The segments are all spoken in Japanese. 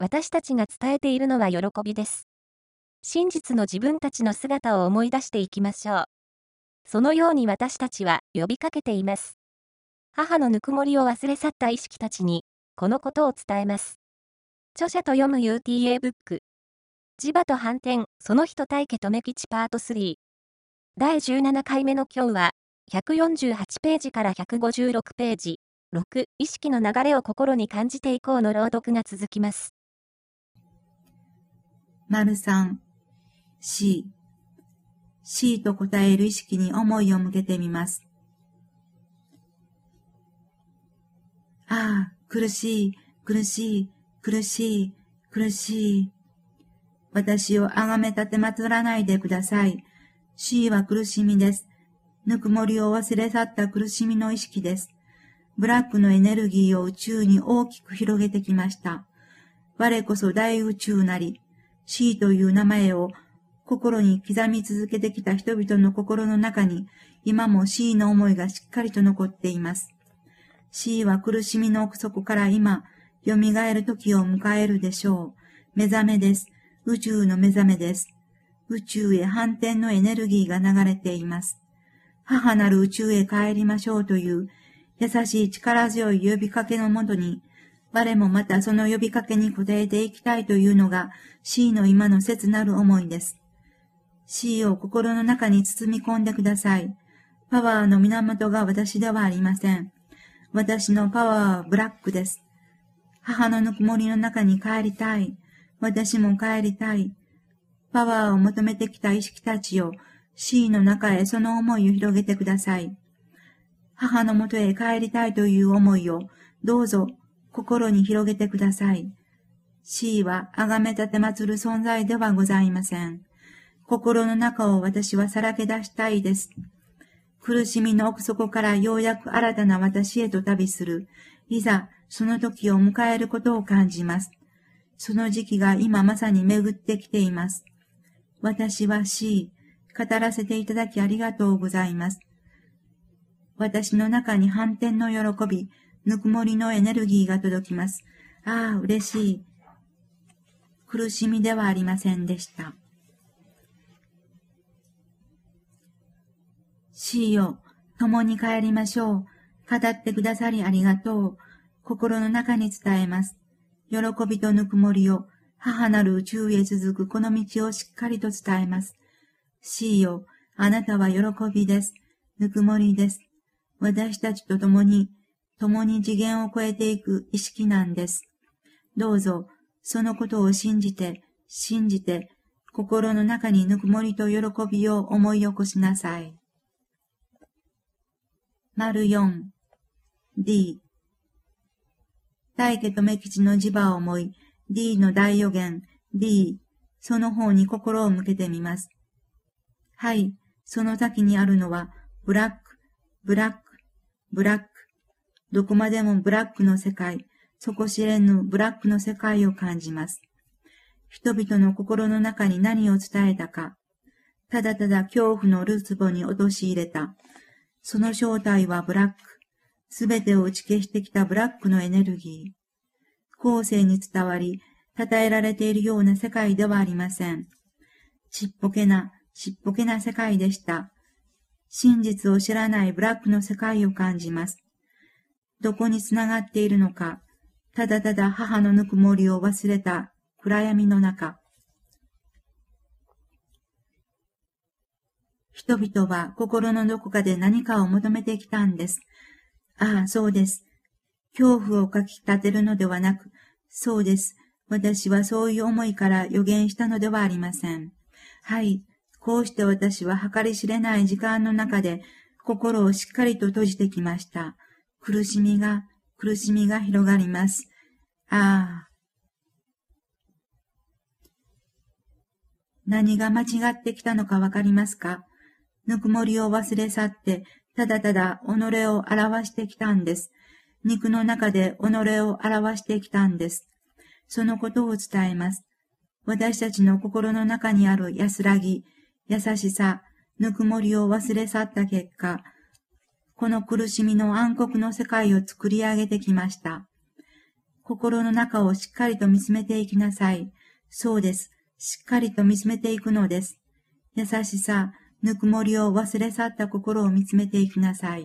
私たちが伝えているのは喜びです。真実の自分たちの姿を思い出していきましょう。そのように私たちは呼びかけています。母のぬくもりを忘れ去った意識たちに、このことを伝えます。著者と読む UTA ブック。磁場と反転、その人大家留吉パート3。第17回目の今日は、148ページから156ページ。6、意識の流れを心に感じていこうの朗読が続きます。 3、C と答える意識に思いを向けてみます。ああ、苦しい、苦しい、苦しい、苦しい。私をあがめ立てまつらないでください。C は苦しみです。ぬくもりを忘れ去った苦しみの意識です。ブラックのエネルギーを宇宙に大きく広げてきました。我こそ大宇宙なり、C という名前を心に刻み続けてきた人々の心の中に、今も C の思いがしっかりと残っています。C は苦しみの奥底から今、蘇る時を迎えるでしょう。目覚めです。宇宙の目覚めです。宇宙へ反転のエネルギーが流れています。母なる宇宙へ帰りましょうという優しい力強い呼びかけのもとに、我もまたその呼びかけに応えていきたいというのが C の今の切なる思いです。C を心の中に包み込んでください。パワーの源が私ではありません。私のパワーはブラックです。母のぬくもりの中に帰りたい。私も帰りたい。パワーを求めてきた意識たちを C の中へその思いを広げてください。母のもとへ帰りたいという思いをどうぞ心に広げてください。C は崇め立て祭る存在ではございません。心の中を私はさらけ出したいです。苦しみの奥底からようやく新たな私へと旅する。いざその時を迎えることを感じます。その時期が今まさに巡ってきています。私は C、語らせていただきありがとうございます。私の中に反転の喜び、ぬくもりのエネルギーが届きます。ああ、嬉しい。苦しみではありませんでした。C よ、共に帰りましょう。語ってくださりありがとう。心の中に伝えます。喜びとぬくもりを、母なる宇宙へ続くこの道をしっかりと伝えます。C よ、あなたは喜びです。ぬくもりです。私たちと共に次元を超えていく意識なんです。どうぞ、そのことを信じて、心の中にぬくもりと喜びを思い起こしなさい。4、D。大家留吉の磁場を思い、D の大予言、D、その方に心を向けてみます。はい、その先にあるのは、ブラック、ブラック、ブラック。どこまでもブラックの世界、底知れぬブラックの世界を感じます。人々の心の中に何を伝えたか、ただただ恐怖のるつぼに陥れた。その正体はブラック。すべてを打ち消してきたブラックのエネルギー。後世に伝わり、称えられているような世界ではありません。ちっぽけな世界でした。真実を知らないブラックの世界を感じます。どこにつながっているのか、ただただ母のぬくもりを忘れた暗闇の中。人々は心のどこかで何かを求めてきたんです。ああ、そうです。恐怖をかき立てるのではなく、そうです。私はそういう思いから予言したのではありません。はい。こうして私は計り知れない時間の中で心をしっかりと閉じてきました。苦しみが広がります。ああ。何が間違ってきたのかわかりますか？ぬくもりを忘れ去って、ただただ己を表してきたんです。肉の中で己を表してきたんです。そのことを伝えます。私たちの心の中にある安らぎ、優しさ、ぬくもりを忘れ去った結果、この苦しみの暗黒の世界を作り上げてきました。 心の中をしっかりと見つめていきなさい。そうです。しっかりと見つめていくのです。優しさ、ぬくもりを忘れ去った心を見つめていきなさい。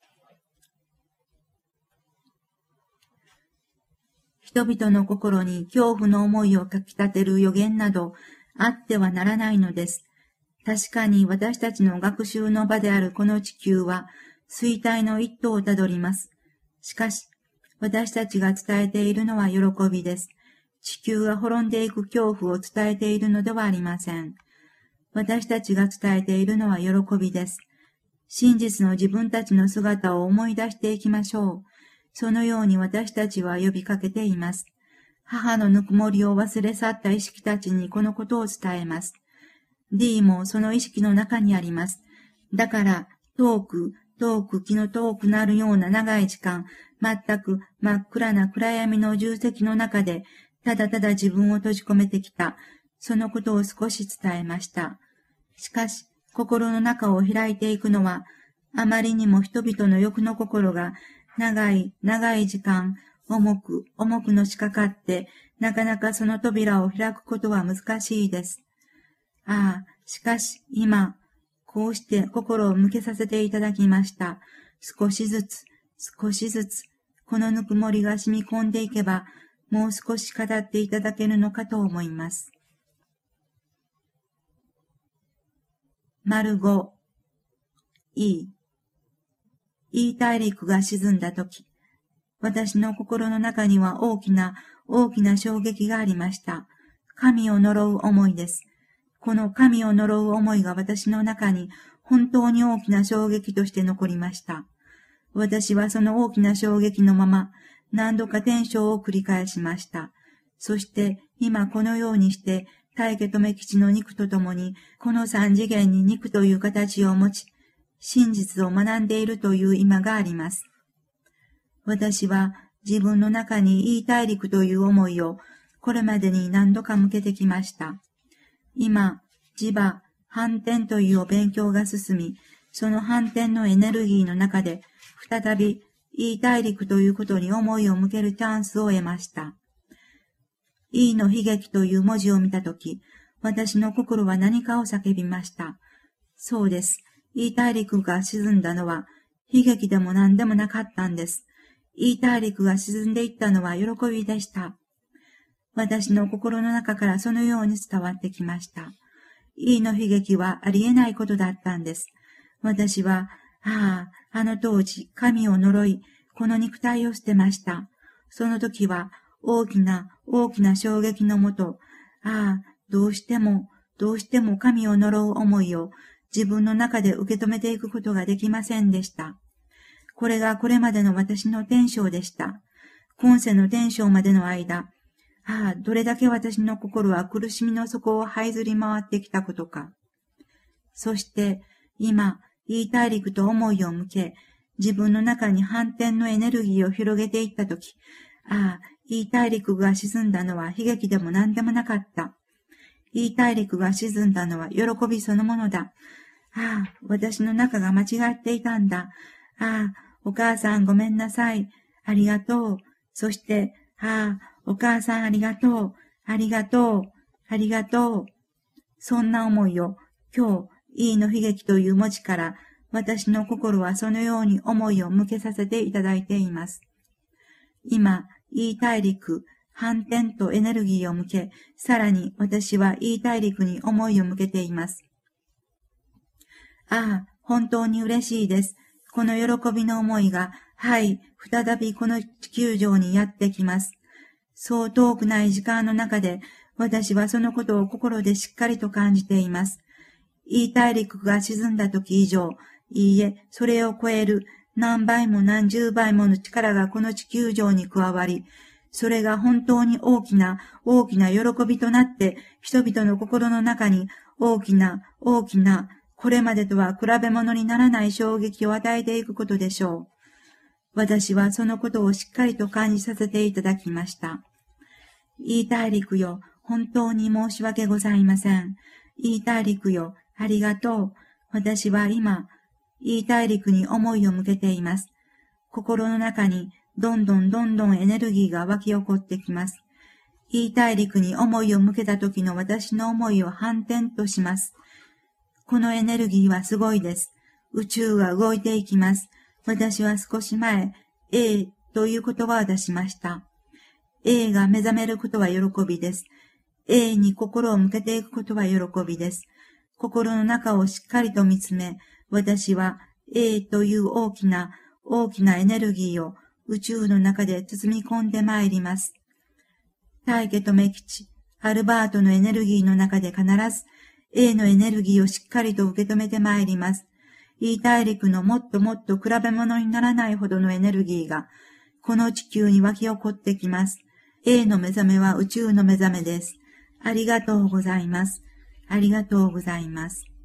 人々の心に恐怖の思いをかき立てる予言などあってはならないのです。確かに私たちの学習の場であるこの地球は衰退の一途をたどります。しかし、私たちが伝えているのは喜びです。地球が滅んでいく恐怖を伝えているのではありません。私たちが伝えているのは喜びです。真実の自分たちの姿を思い出していきましょう。そのように私たちは呼びかけています。母のぬくもりを忘れ去った意識たちにこのことを伝えます。D もその意識の中にあります。だから、遠く気の遠くなるような長い時間、全く真っ暗な暗闇の重責の中で、ただただ自分を閉じ込めてきた。そのことを少し伝えました。しかし、心の中を開いていくのは、あまりにも人々の欲の心が、長い時間、重くのしかかって、なかなかその扉を開くことは難しいです。しかし今、こうして心を向けさせていただきました。少しずつ、このぬくもりが染み込んでいけば、もう少し語っていただけるのかと思います。5、E 大陸が沈んだとき、私の心の中には大きな衝撃がありました。神を呪う思いです。この神を呪う思いが私の中に本当に大きな衝撃として残りました。私はその大きな衝撃のまま何度か転生を繰り返しました。そして今このようにして大家留吉の肉とともにこの三次元に肉という形を持ち、真実を学んでいるという今があります。私は自分の中にいい大陸という思いをこれまでに何度か向けてきました。今、磁場、反転というお勉強が進み、その反転のエネルギーの中で、再び、いい大陸ということに思いを向けるチャンスを得ました。いいの悲劇という文字を見たとき、私の心は何かを叫びました。そうです。いい大陸が沈んだのは、悲劇でも何でもなかったんです。いい大陸が沈んでいったのは喜びでした。私の心の中からそのように伝わってきました。いいの悲劇はありえないことだったんです。私は、あの当時、神を呪い、この肉体を捨てました。その時は、大きな衝撃のもと、どうしても神を呪う思いを自分の中で受け止めていくことができませんでした。これがこれまでの私の転生でした。今世の転生までの間、どれだけ私の心は苦しみの底を這いずり回ってきたことか。そして、今、いい大陸と思いを向け、自分の中に反転のエネルギーを広げていったとき、いい大陸が沈んだのは悲劇でも何でもなかった。いい大陸が沈んだのは喜びそのものだ。私の中が間違っていたんだ。お母さんごめんなさい。ありがとう。そして、お母さんありがとう。ありがとう。ありがとう。そんな思いを今日、いいの悲劇という文字から私の心はそのように思いを向けさせていただいています。今、いい大陸、反転とエネルギーを向け、さらに私はいい大陸に思いを向けています。本当に嬉しいです。この喜びの思いが、再びこの地球上にやってきます。そう遠くない時間の中で、私はそのことを心でしっかりと感じています。いい大陸が沈んだ時以上、いいえ、それを超える何倍も何十倍もの力がこの地球上に加わり、それが本当に大きな喜びとなって、人々の心の中に大きな、これまでとは比べ物にならない衝撃を与えていくことでしょう。私はそのことをしっかりと感じさせていただきました。いい大陸よ、本当に申し訳ございません。いい大陸よ、ありがとう。私は今、いい大陸に思いを向けています。心の中にどんどんエネルギーが湧き起こってきます。E大陸に思いを向けた時の私の思いを反転とします。このエネルギーはすごいです。宇宙が動いていきます。私は少し前、A という言葉を出しました。A が目覚めることは喜びです。A に心を向けていくことは喜びです。心の中をしっかりと見つめ、私は A という大きなエネルギーを宇宙の中で包み込んでまいります。大家とメキチ、アルバートのエネルギーの中で必ず A のエネルギーをしっかりと受け止めてまいります。E 大陸のもっと比べ物にならないほどのエネルギーがこの地球に湧き起こってきます。A の目覚めは宇宙の目覚めです。ありがとうございます。ありがとうございます。